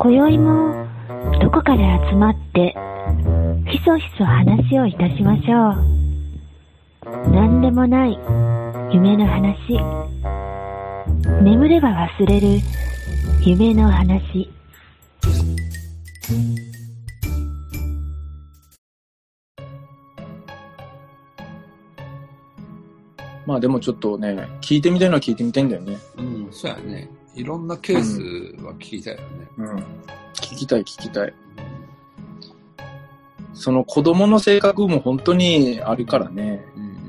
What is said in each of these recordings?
今宵もどこかで集まってひそひそ話をいたしましょう。何でもない夢の話、眠れば忘れる夢の話。 まあでもちょっとね、聞いてみたいのは聞いてみたいんだよね。 うん、そうやね。いろんなケースは聞きたいよね。 聞きたい。その子供の性格も本当にあるからね。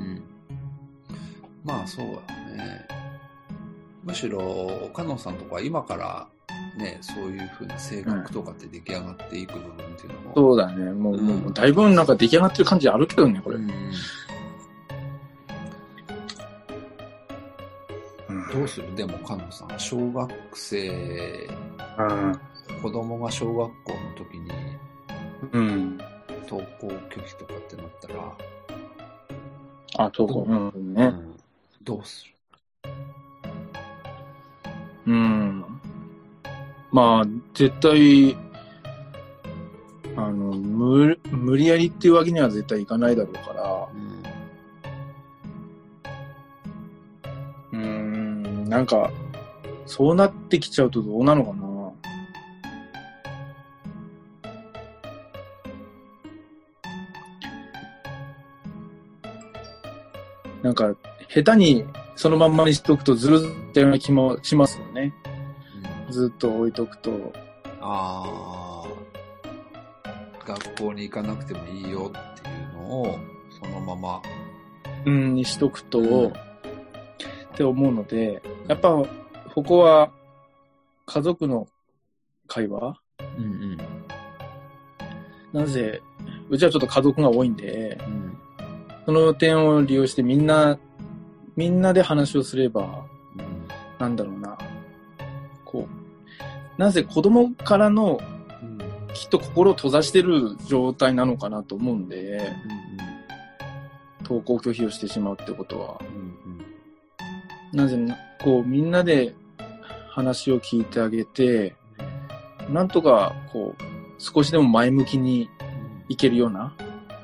まあそうだね。むしろ岡野さんとか今からね、そういう風な性格とかって出来上がっていく部分っていうのも。 そうだね。もうだいぶなんか出来上がってる感じあるけどね、これ。 どうする？でも岡野さん、小学生、子供が小学校の時に、登校拒否とかってなったら、 登校、ね。 どうする？ まあ、絶対、無理やりっていうわけには絶対いかないだろうから、なんか、そうなってきちゃうとどうなのかな。なんか、下手にそのまんまにしとくとずるっちゃうような気もしますよね。ずっと置いとくと。 学校に行かなくてもいいよっていうのを、そのまま。 にしとくと、って思うので、やっぱ、ここは、家族の会話、なぜ、うちはちょっと家族が多いんで、その点を利用してみんなで話をすれば、なんだろうな、こう、なぜ子供からの、きっと心を閉ざしてる状態なのかなと思うんで、登校拒否をしてしまうってことは、なぜこうみんなで話を聞いてあげて、なんとかこう少しでも前向きにいけるような。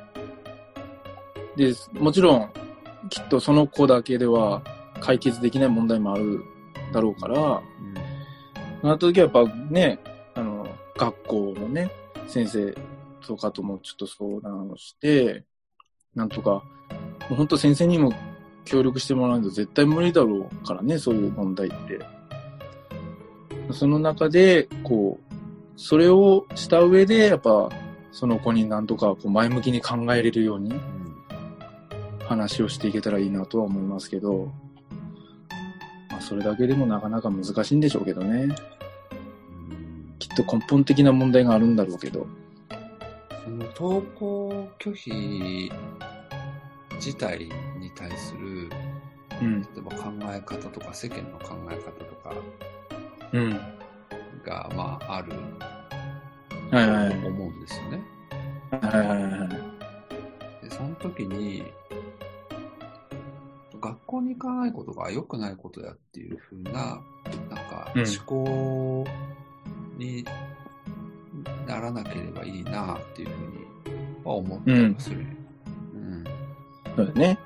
で、もちろんきっとその子だけでは解決できない問題もあるだろうから、その時はやっぱね、学校のね、先生とかともちょっと相談をして、なんとか、もう本当先生にも協力してもらわないと絶対無理だろうからね、そういう問題って。その中で、こう、それをした上で、やっぱ、その子になんとかこう前向きに考えれるように、話をしていけたらいいなとは思いますけど、まあ、それだけでもなかなか難しいんでしょうけどね。きっと根本的な問題があるんだろうけど。 その登校拒否自体に対する、例えば考え方とか世間の考え方とかが、まああると思うんですよね。でその時に学校に行かないことが良くないことだっていう風ななんか思考にならなければいいなっていう風には思ったりはする。 そうだね。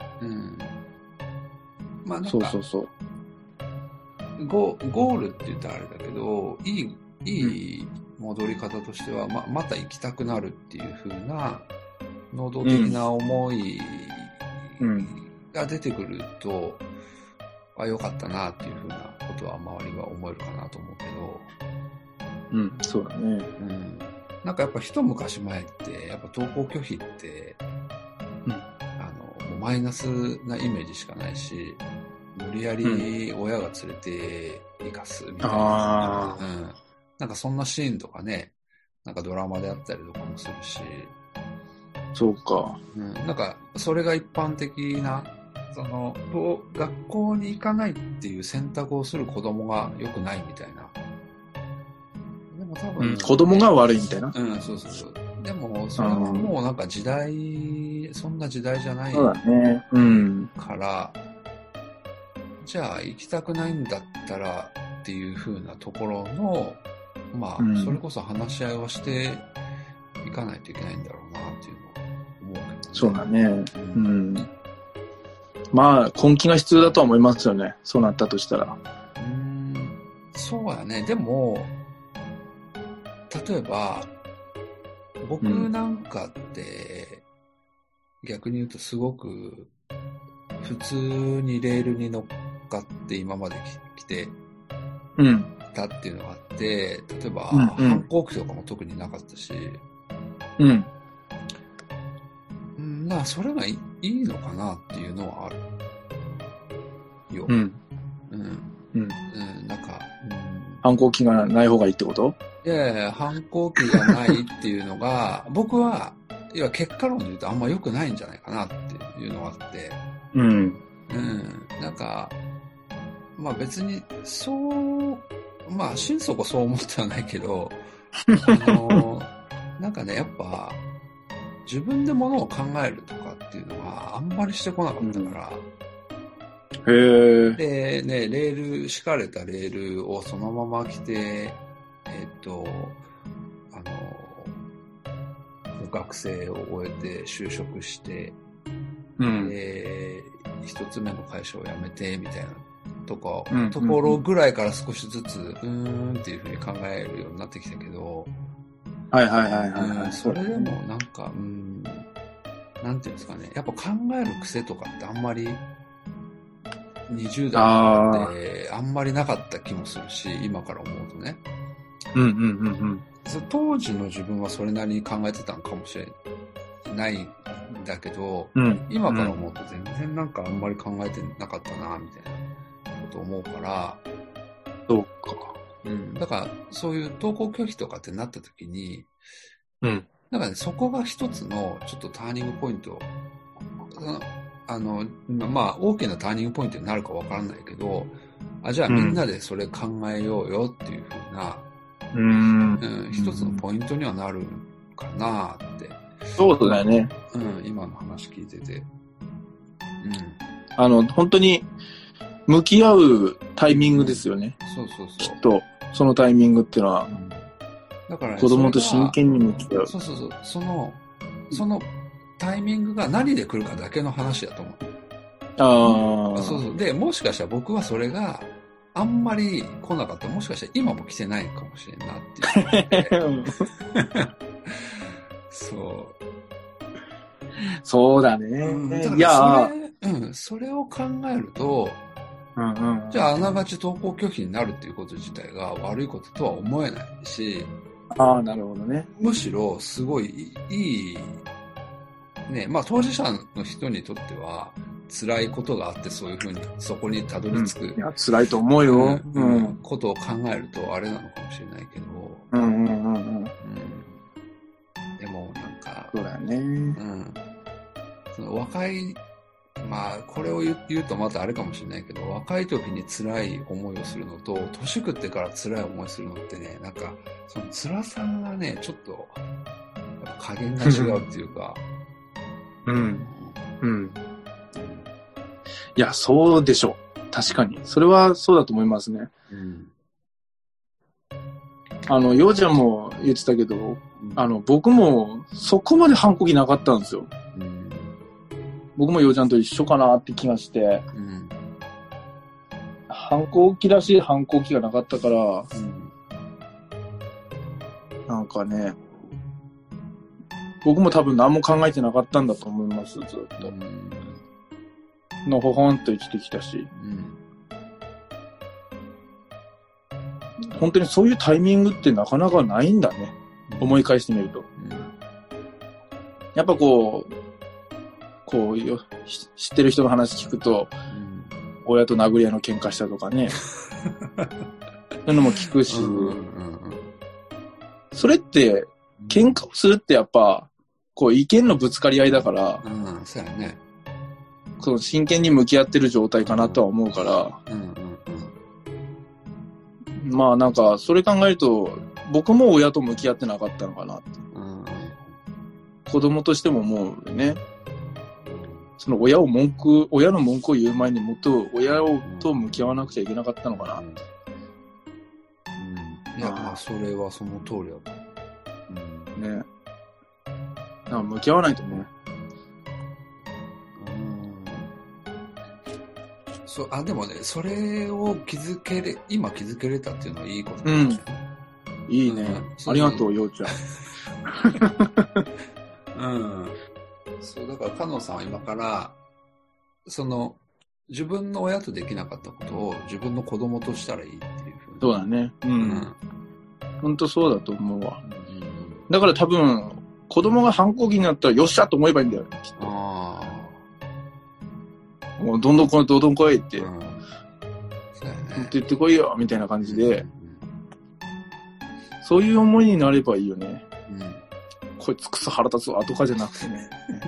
まあなんかそう。 ゴールって言ったらあれだけど、いい戻り方としては、また行きたくなるっていう風な能動的な思いが出てくると、良かったなっていう風なことは周りは思えるかなと思うけど。 そうだね。 なんかやっぱ一昔前って、やっぱ登校拒否って、マイナスなイメージしかないし、無理やり親が連れて行かすみたいな、なんかそんなシーンとかね、なんかドラマであったりとかもするし、 そうか。 なんかそれが一般的な、その学校に行かないっていう選択をする子供が良くないみたいな。でも多分、 子供が悪いみたいな。 そう。でもそれはもうなんか時代、そんな時代じゃないから、じゃあ行きたくないんだったらっていう風なところのまあ、 うんそれこそ話し合いはしていかないといけないんだろうなっていうのを思うけどね。 そうだね。 ううんん。まあ、根気が必要だとは思いますよね。そうなったとしたら。 そうやね。でも、例えば、僕なんかって、逆に言うとすごく、普通にレールに乗っかって今まで来てうん。 たっていうのがあって、例えば、 うんうん反抗期とかも特になかったし、 うん。 それがいいのかなっていうのはあるよ。 うん。 うん。 うん。 なんか、 反抗期がない方がいいってこと？ いやいや、反抗期がないっていうのが、僕は、要は結果論で言うとあんま良くないんじゃないかなっていうのがあって、 うん。 なんか、まあ別に、まあ心底そう思ってはないけど、なんかね、やっぱ、自分で物を考えるとかっていうのはあんまりしてこなかったから、 へえ。 でね、敷かれたレールをそのまま来て、学生を終えて就職して、 うん。 一つ目の会社を辞めて、みたいなところぐらいから少しずつ、っていうふうに考えるようになってきたけど、 はいはいはいはい。 それでもなんか、なんていうんですかね、やっぱ考える癖とかってあんまり、20代ってあんまりなかった気もするし、今から思うとね。当時の自分はそれなりに考えてたのかもしれないんだけど、今から思うと全然なんかあんまり考えてなかったな、みたいなこと思うから、 そうか。 だからそういう登校拒否とかってなった時に、なんかね、そこが一つのちょっとターニングポイント、まあ大きなターニングポイントになるかわからないけど、じゃあみんなでそれ考えようよっていうふうな、一つのポイントにはなるかなって。 そうだよね。 今の話聞いてて。 本当に向き合うタイミングですよね。 そう。 きっと、そのタイミングっていうのは、 だからね、 子供と真剣に向き合う。 そう。そのタイミングが何で来るかだけの話だと思う。そう。で、もしかしたら僕はそれがあんまり来なかったら、もしかしたら今も来てないかもしれんなっていう。 そうだね。 いやそれを考えると、じゃああながち登校拒否になるっていうこと自体が悪いこととは思えないし、 なるほどね。 むしろすごいいい、ね、まあ当事者の人にとっては辛いことがあってそういうふうにそこにたどり着く。 いや、辛いと思うよ。 ことを考えるとあれなのかもしれないけど。でもなんか、 そうだよね。 その若い、まあこれを言うとまたあれかもしれないけど、若い時に辛い思いをするのと、年食ってから辛い思いするのってね、なんか、その辛さがね、ちょっと、加減が違うっていうか。 いや、そうでしょう。確かに。それはそうだと思いますね。ようちゃんも言ってたけど、僕もそこまで反抗期なかったんですよ。僕もようちゃんと一緒かなって気がして、反抗期らしい反抗期がなかったから、なんかね、僕も多分何も考えてなかったんだと思います、ずっと。のほほんと生きてきたし。本当にそういうタイミングってなかなかないんだね。思い返してみると。やっぱこう知ってる人の話聞くと、親と殴り合いの喧嘩したとかね。そういうのも聞くし、それって喧嘩をするってやっぱ意見のぶつかり合いだから、 そうやね。 その真剣に向き合ってる状態かなとは思うから、まあなんかそれ考えると僕も親と向き合ってなかったのかなって、子供としても思うね。その親の文句を言う前にもっと親と向き合わなくちゃいけなかったのかなって。 いや、まあ、それはその通りだと。 ね。向き合わないとね。 でもね、それを今気づけれたっていうのはいいことなんですよ。いいね。ありがとう、ようちゃん。そう、だから、かのさんは今から、自分の親とできなかったことを自分の子供としたらいいっていうふうに。 そうだね。本当そうだと思うわ。だから多分、子供が反抗期になったらよっしゃと思えばいいんだよ、きっと。もうどんどん来いって、そうやね、って言ってこいよみたいな感じで、そういう思いになればいいよね。こいつクソ腹立つわとかじゃなくてね。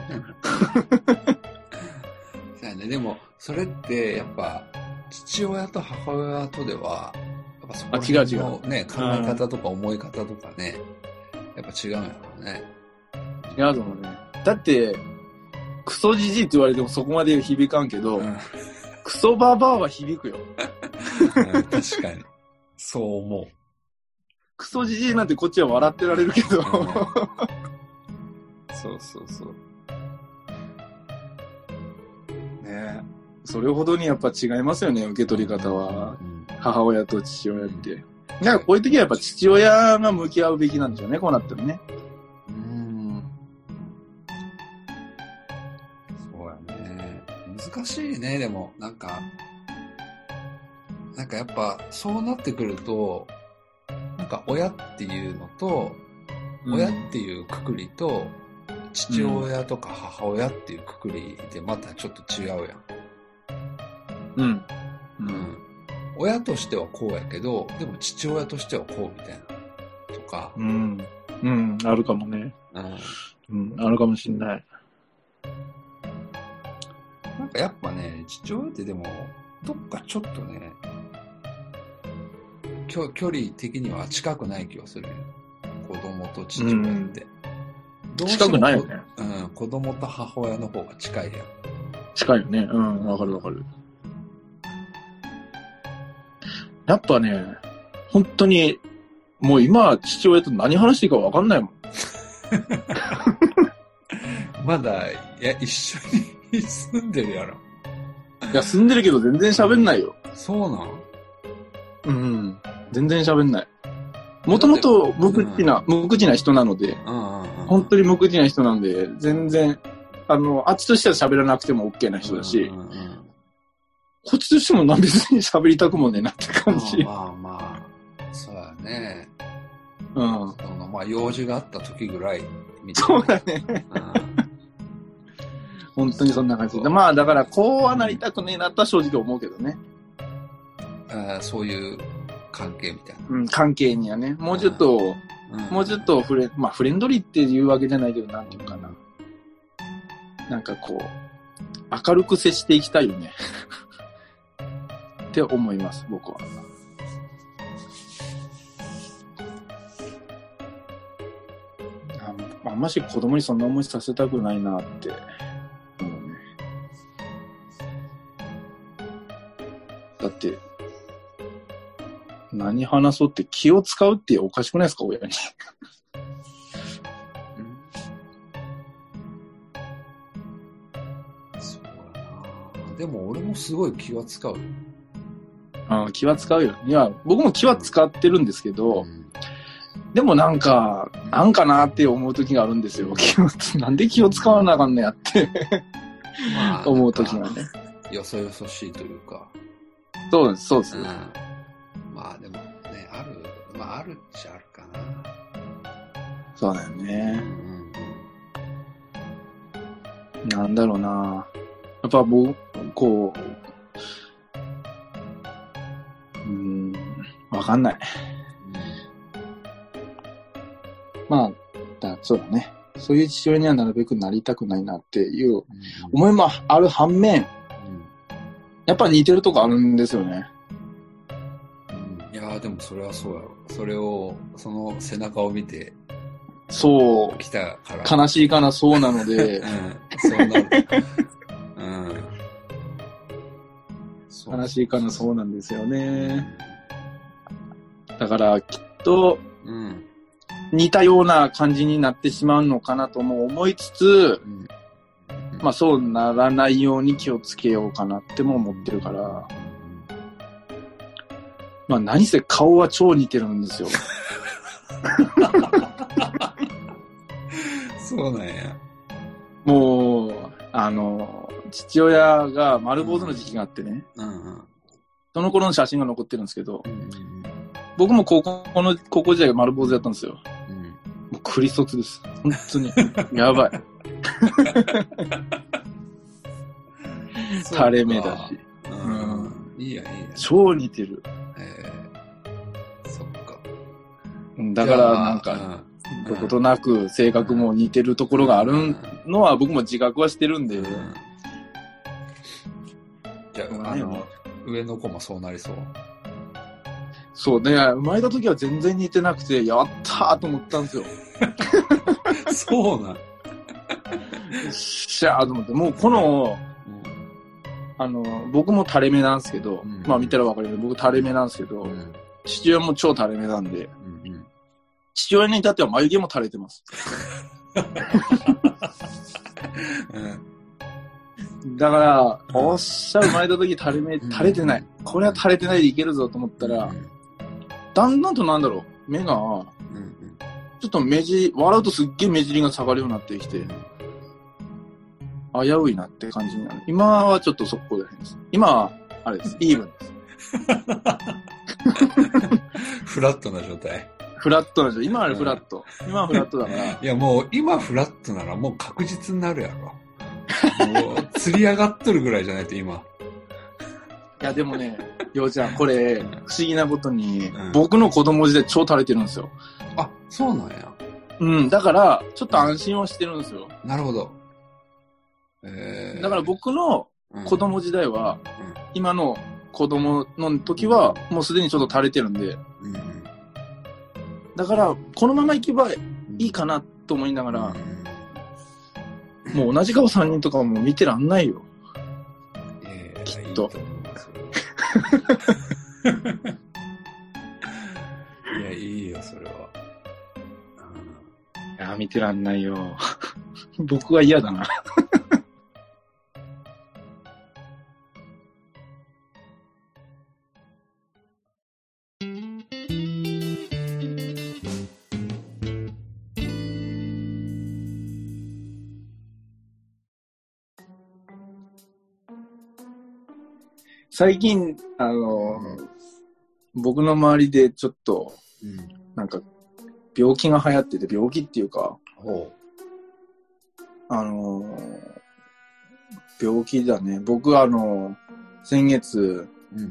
そうやね。でもそれってやっぱ父親と母親とではやっぱそこら辺のね、考え方とか思い方とかね、やっぱ違うんやろうね。 違うと思うね。だってクソじじいって言われてもそこまで響かんけど、クソババアは響くよ。 確かに。そう思う。 クソじじいなんてこっちは笑ってられるけど。 そうそうそう。 ねえ。それほどにやっぱ違いますよね、受け取り方は。母親と父親って。なんかこういう時はやっぱ父親が向き合うべきなんでしょうね、こうなってもね。 難しいね、でも、なんかやっぱ、そうなってくると、なんか親っていうのと、親っていうくくりと、父親とか母親っていうくくりでまたちょっと違うやん。親としてはこうやけど、でも父親としてはこうみたいな。とか。 あるかもね。あるかもしんない。 なんかやっぱね、父親ってでも、どっかちょっとね、距離的には近くない気がするよ。子供と父親って。 近くないよね。 子供と母親の方が近いやん。 近いよね。わかるわかる。やっぱね、本当に、もう今、父親と何話していいかわかんないもん。 まだ、一緒に住んでるやろ。 いや、住んでるけど全然喋んないよ。 そうなん？ 全然喋んない。もともと無口な人なので、本当に無口な人なんで、全然、あっちとしては喋らなくても OK な人だし、こっちとしても別に喋りたくもねえなって感じ。 まあ、そうやね。 まあ、用事があった時ぐらいみたいな。そうだね。本当にそんな感じで。まあ、だから、こうはなりたくねえなとは正直思うけどね。 そういう関係みたいな。 関係にはね。もうちょっとフレンドリーっていうわけじゃないけど、なんていうかな。なんかこう、明るく接していきたいよね。って思います、僕は。あんまし子供にそんな思いさせたくないなって思うね。だって、何話そうって気を使うっておかしくないですか、親に。 そうだな。でも俺もすごい気は使う。 気は使うよ。いや、僕も気は使ってるんですけど、でもなんかなって思う時があるんですよ。なんで気を使わなあかんのやって思う時がね。 よそよそしいというか。 そうです、そうです。 まあでもね、あるっちゃあるかな。 そうだよね。なんだろうな。やっぱわかんない。まあ、そうだね。そういう父親にはなるべくなりたくないなっていう思いもある反面、やっぱ似てるとこあるんですよね。 いやーでもそれはそうやろ。それを、その背中を見て、 そう。 来たから。 悲しいかな、そうなので。 そうなる。 悲しいかな、そうなんですよね。だから、きっとうん。 似たような感じになってしまうのかなとも思いつつ、まあそうならないように気をつけようかなっても思ってるから、まあ何せ顔は超似てるんですよ。 そうなんや。 もう、父親が丸坊主の時期があってね、 うんうん。 その頃の写真が残ってるんですけど、 うんうん僕も高校時代が丸坊主だったんですよ。 うん。 もうクリ卒です。本当に。やばい。垂れ目だし。 うん。いいや、いいや。 超似てる。 そっか。 だからなんか、どことなく性格も似てるところがあるのは僕も自覚はしてるんで。 じゃあ、上の子もそうなりそう。 そうね、生まれた時は全然似てなくて、やったーと思ったんですよ。 そうなん。 しゃーと思って、もうこの、僕も垂れ目なんですけど、まあ見たらわかるけど、僕垂れ目なんですけど、父親も超垂れ目なんで、父親に至っては眉毛も垂れてます。だから、おっしゃ生まれた時垂れてない。これは垂れてないでいけるぞと思ったら、だんだんとなんだろう、目が、ちょっと笑うとすっげえ目尻が下がるようになってきて、危ういなって感じになる。今はちょっとそこで変です。今は、あれです。イーブンです。 フラットな状態。 フラットな状態。今はフラット。今はフラットだから。 いやもう、今フラットならもう確実になるやろ。もう、釣り上がっとるぐらいじゃないと今。 いやでもね、ようちゃん、これ、不思議なことに、僕の子供時代超垂れてるんですよ。 あ、そうなんや。 だから、ちょっと安心はしてるんですよ。 なるほど。 だから僕の子供時代は、今の子供の時は、もうすでにちょっと垂れてるんで、だから、このままいけばいいかなと思いながら、もう同じ顔3人とかも見てらんないよ。きっと。 いや、いいよ、それは。 いや、見てらんないよ。僕は嫌だな。最近、僕の周りでちょっと、なんか、病気が流行ってて、病気っていうか、病気だね。僕先月、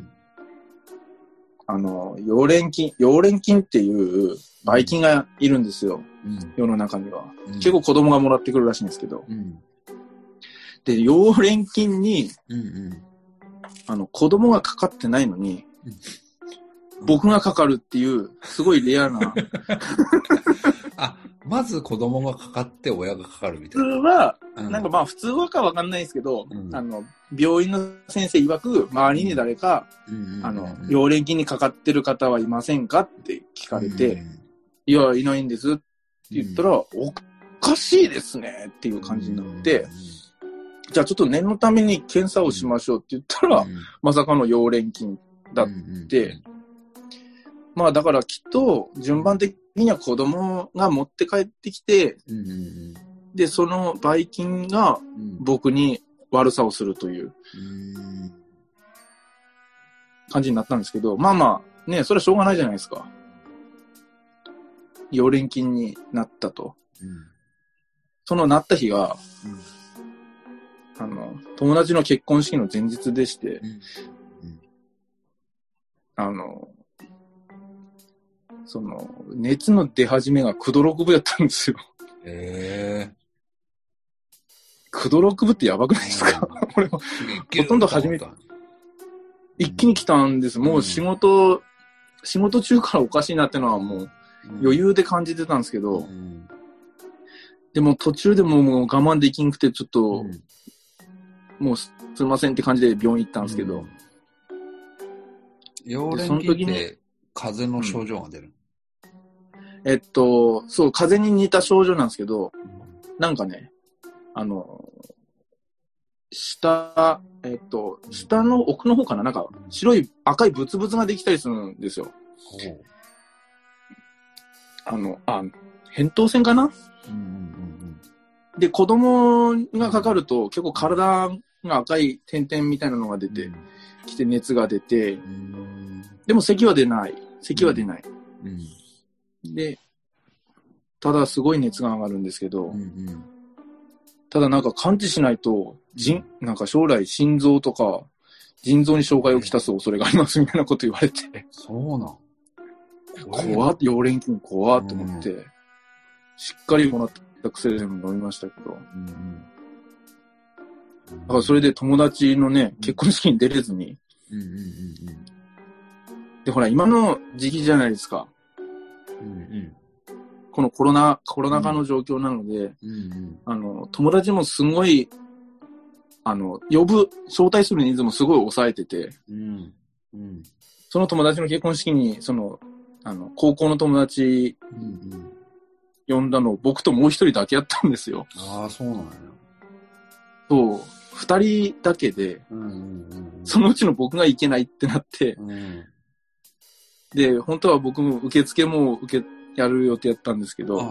溶連菌っていうばい菌がいるんですよ。世の中には。結構子供がもらってくるらしいんですけど。で、溶連菌に、子供がかかってないのに、僕がかかるっていう、すごいレアな。 あ、まず子供がかかって親がかかるみたいな。 普通は、なんかまあ普通はかわかんないですけど、病院の先生曰く、周りに誰か、溶連菌にかかってる方はいませんかって聞かれて、いや、いないんですって言ったら、おかしいですねっていう感じになって、じゃあちょっと念のために検査をしましょうって言ったら、まさかの溶連菌だって、まあだからきっと順番的には子供が持って帰ってきて、で、そのばい菌が僕に悪さをするという感じになったんですけど、まあまあ、ね、それはしょうがないじゃないですか。溶連菌になったと。そのなった日が、友達の結婚式の前日でして、熱の出始めが9度6分だったんですよ。9度6分ってやばくないですか？これもほとんど初めて、一気に来たんです。もう仕事中からおかしいなってのはもう余裕で感じてたんですけど、でも途中でもう我慢できんくてちょっと、もうすいませんって感じで病院行ったんですけど。 溶連菌って風邪の症状が出る。 そう、風邪に似た症状なんですけど、なんかね、下の奥の方かな、なんか白い赤いブツブツができたりするんですよ。扁桃腺かな、で、子供がかかると結構体が赤い点々みたいなのが出てきて熱が出て、でも咳は出ない。で、ただすごい熱が上がるんですけど、ただなんか完治しないと、なんか将来心臓とか腎臓に障害をきたす恐れがありますみたいなこと言われて。 そうなん。 怖っ、溶連菌怖っと思って、しっかりもらった薬でも飲みましたけど。だからそれで友達のね、結婚式に出れずに。で、ほら、今の時期じゃないですか。このコロナ禍の状況なので、友達もすごい、招待する人数もすごい抑えてて、その友達の結婚式に、高校の友達、呼んだの僕ともう一人だけやったんですよ。 ああ、そうなんや。 そう、二人だけで、そのうちの僕が行けないってなって、で、本当は僕も受付もやる予定やったんですけど、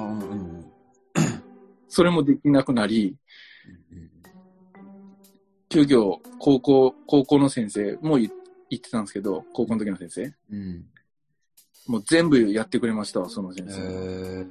それもできなくなり、急遽高校の先生も言ってたんですけど、高校の時の先生、もう全部やってくれましたわ、その先生。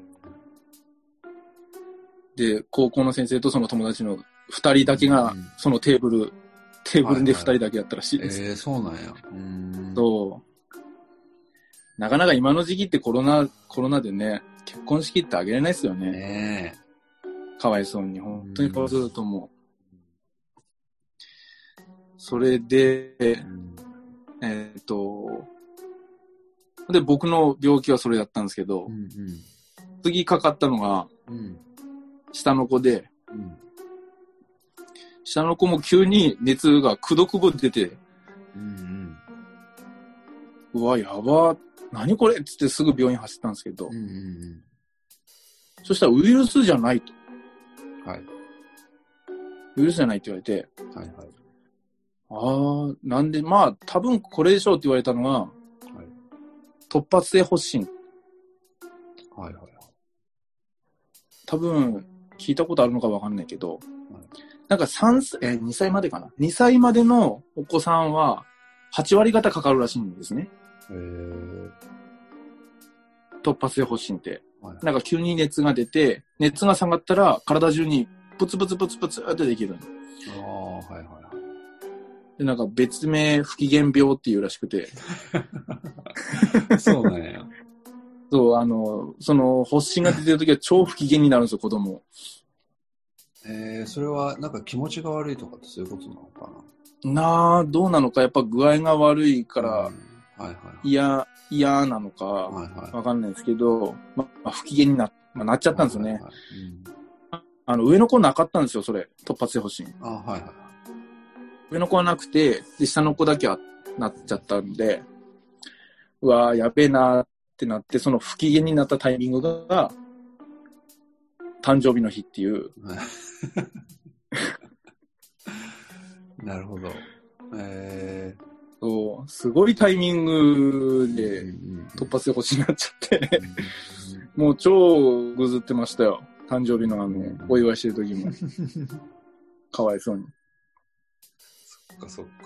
で、高校の先生とその友達の二人だけが、そのテーブルで二人だけやったらしいです。 そうなんや。 そう。なかなか今の時期ってコロナでね、結婚式ってあげれないですよね。かわいそうに、本当にかわいそうだと思う。それで、で、僕の病気はそれだったんですけど、次かかったのが、下の子で、下の子も急に熱がくどくど出て、うわ、やば、何これっつってすぐ病院走ったんですけど、そしたらウイルスじゃないと。ウイルスじゃないって言われて、なんで、まあ、多分これでしょうって言われたのが、突発性発疹。多分、聞いたことあるのかわかんないけど、なんか2歳までかな。2歳までのお子さんは、8割方かかるらしいんですね。突発性発疹って。なんか急に熱が出て、熱が下がったら体中にプツプツプツプツってできる。で、なんか別名不機嫌病っていうらしくて。 そうなんや。 そう、その発疹が出てるときは超不機嫌になるんですよ、子供。 それはなんか気持ちが悪いとかってそういうことなのかな？どうなのか、やっぱ具合が悪いから、嫌なのか、わかんないですけど、不機嫌になっちゃったんですよね。上の子なかったんですよ、それ。突発性発疹。上の子はなくて、で、下の子だけはなっちゃったんで、うわー、やべえなーってなって、その不機嫌になったタイミングが、誕生日の日っていう。 なるほど。 そう、すごいタイミングで突発性発疹になっちゃってもう超ぐずってましたよ。誕生日のお祝いしてる時も。かわいそうに。 そっか。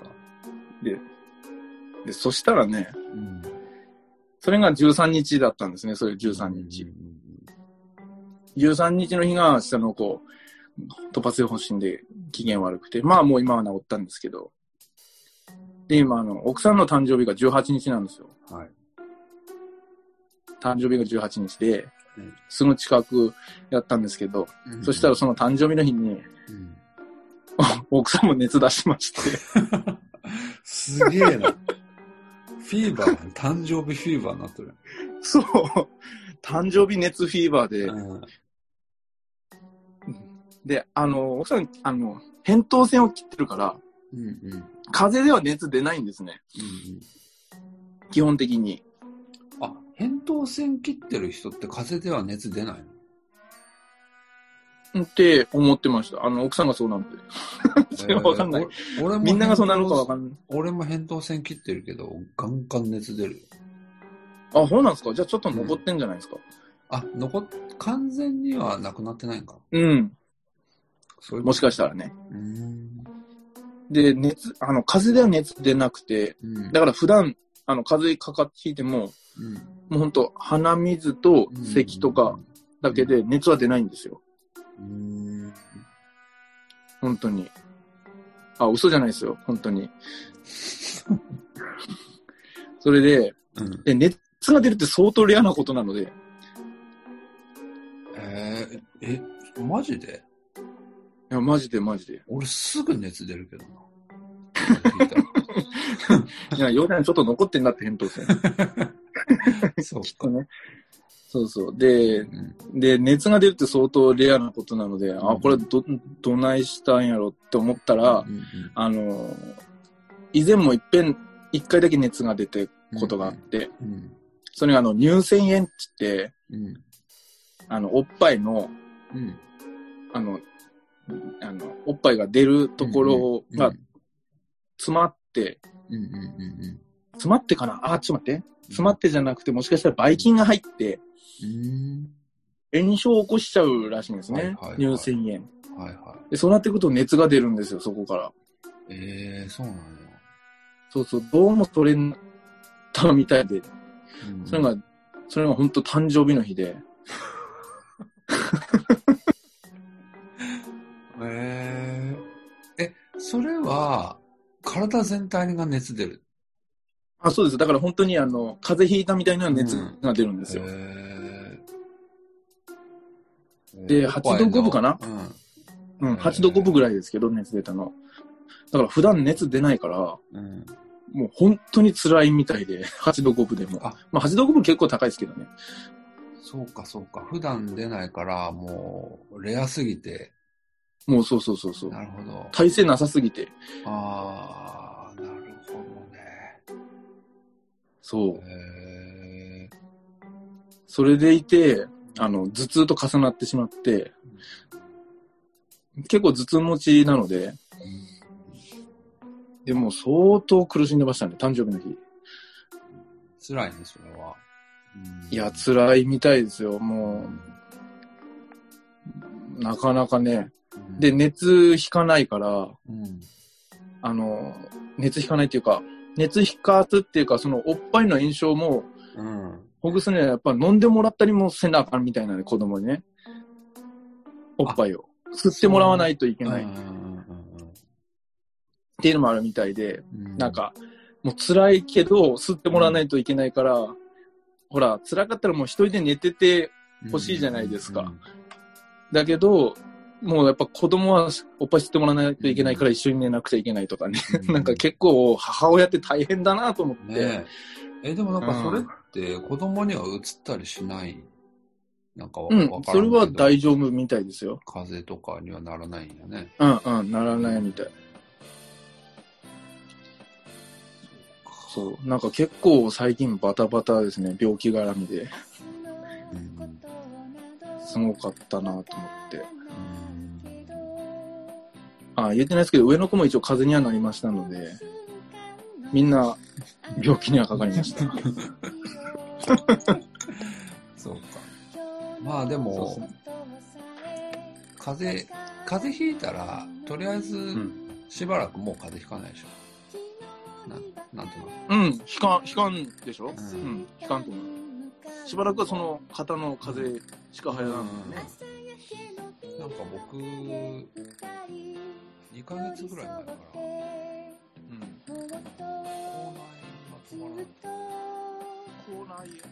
で、そしたらね、それが13日だったんですね、それ13日。13日の日が下の子、突発性発疹で機嫌悪くて、まあもう今は治ったんですけど、で、今奥さんの誕生日が18日なんですよ。誕生日が18日で、すぐ近くやったんですけど、そしたらその誕生日の日に、奥さんも熱出しまして。 すげえな。フィーバー、誕生日フィーバーになってる。 そう。誕生日熱フィーバーで。で、奥さん、扁桃腺を切ってるから、風邪では熱出ないんですね。基本的に。 扁桃腺切ってる人って風邪では熱出ないの？ って思ってました。奥さんがそうなので。それはわかんない。 俺もみんながそうなのかわかんない。 俺も扁桃腺切ってるけど、ガンガン熱出るよ。 あ、そうなんですか？じゃあちょっと残ってんじゃないですか？ 完全にはなくなってないんか。 うん。 そういうもしかしたらね。 で、 で、風邪では熱出なくて、だから普段、風邪かかってひいても、もうほんと、鼻水と咳とかだけで熱は出ないんですよ。本当に。あ、嘘じゃないですよ。本当に。それで、熱が出るって相当レアなことなので。 マジで？ いや、マジで。 俺すぐ熱出るけどな。 いや、容体ちょっと残ってんだって、扁桃腺。 そうか。 きっとね。そう。で、熱が出るって相当レアなことなので、これどないしたんやろって思ったら、以前も一回だけ熱が出てことがあって、それが乳腺炎って言って、おっぱいの、おっぱいが出るところが詰まって、詰まってかな？ちょっと待って。詰まってじゃなくて、もしかしたらばい菌が入って、炎症を起こしちゃうらしいんですね。乳腺炎。で、そうなってくると熱が出るんですよ、そこから。 そうなの？ そう、どうもそれたみたいで。それが本当誕生日の日で。 それは、体全体が熱出る？ そうです。だから本当に風邪ひいたみたいな熱が出るんですよ。で、8度5分かな？8度5分ぐらいですけど、熱出たの。だから普段熱出ないから、もう本当に辛いみたいで、8度5分でも。8度5分結構高いですけどね。 そうか。普段出ないから、もう、レアすぎて。 もうそう。 なるほど。 耐性なさすぎて。 なるほどね。 そう。それでいて、頭痛と重なってしまって、結構頭痛持ちなので、でも相当苦しんでましたね、誕生日の日。 辛いね、それは。 いや、辛いみたいですよ、もう。なかなかね。で、熱引かないから、熱引かないっていうか、熱引かすっていうか、そのおっぱいの炎症も、ほぐすにはやっぱ飲んでもらったりもせなあかんみたいなね、子供にね。おっぱいを。吸ってもらわないといけない。っていうのもあるみたいで、なんか、もう辛いけど、吸ってもらわないといけないから、ほら、辛かったらもう一人で寝ててほしいじゃないですか。だけど、もうやっぱ子供はおっぱい吸ってもらわないといけないから一緒に寝なくちゃいけないとかね。なんか結構母親って大変だなと思って。 でもなんかそれって子供には移ったりしない？なんかそれは大丈夫みたいですよ。 風邪とかにはならないんやね。 ならないみたい。そう。なんか結構最近バタバタですね。病気絡みで。すごかったなと思って。言ってないですけど、上の子も一応風邪にはなりましたので、みんな病気にはかかりました。 そうか。まあでも、風邪ひいたら、とりあえず、しばらくもう風邪ひかないでしょ。なんとなく。 ひかんでしょ？ひかんと思う。しばらくはその肩の風邪しか流行らないね。 なんか僕、2ヶ月ぐらい前から、口内炎が止まらなくて。 口内炎。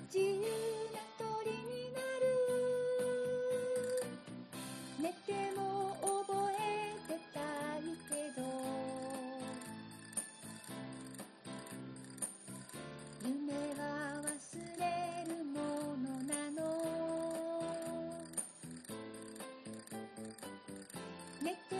寝ても覚えてたいけど夢は忘れるものなの寝て